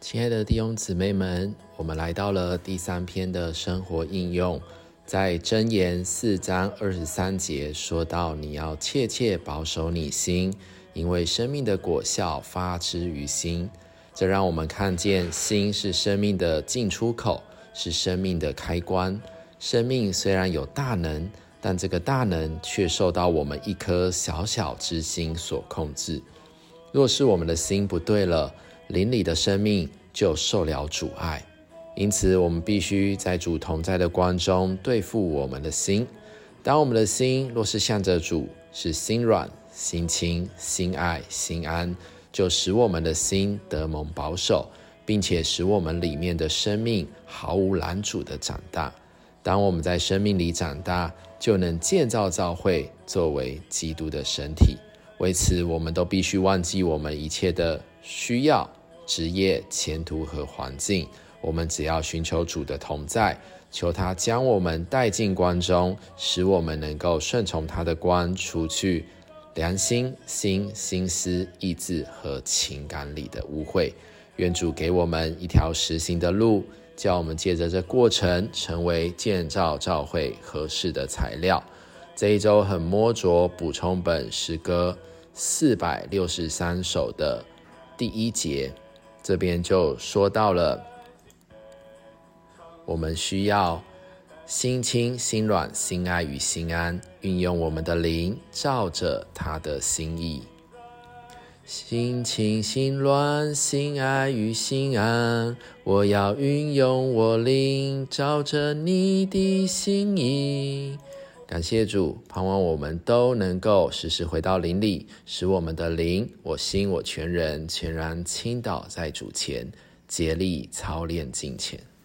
亲爱的弟兄姊妹们，我们来到了第3篇的生活应用，在箴言4章23节说到，你要切切保守你心，因为生命的果效发之于心。这让我们看见心是生命的进出口，是生命的开关。生命虽然有大能，但这个大能却受到我们一颗小小之心所控制。若是我们的心不对了，灵里的生命就受了阻碍。因此我们必须在主同在的光中对付我们的心。当我们的心若是向着主，是心软、心轻、心爱、心安，就使我们的心得蒙保守，并且使我们里面的生命毫无拦阻的长大。当我们在生命里长大，就能建造教会作为基督的身体。为此我们都必须忘记我们一切的需要、职业、前途和环境，我们只要寻求主的同在，求他将我们带进光中，使我们能够顺从他的光，除去良心、心思、意志和情感里的污秽。愿主给我们一条实行的路，叫我们借着这过程成为建造教会合适的材料。这一周很摸着补充本诗歌463首的第1节，这边就说到了我们需要心轻、心软、心爱与心安，运用我们的灵，照着他的心意。心轻、心软、心爱与心安，我要运用我灵，照着你的心意。感谢主，盼望我们都能够时时回到灵里，使我们的灵、我心、我全人全然倾倒在主前，竭力操练敬虔。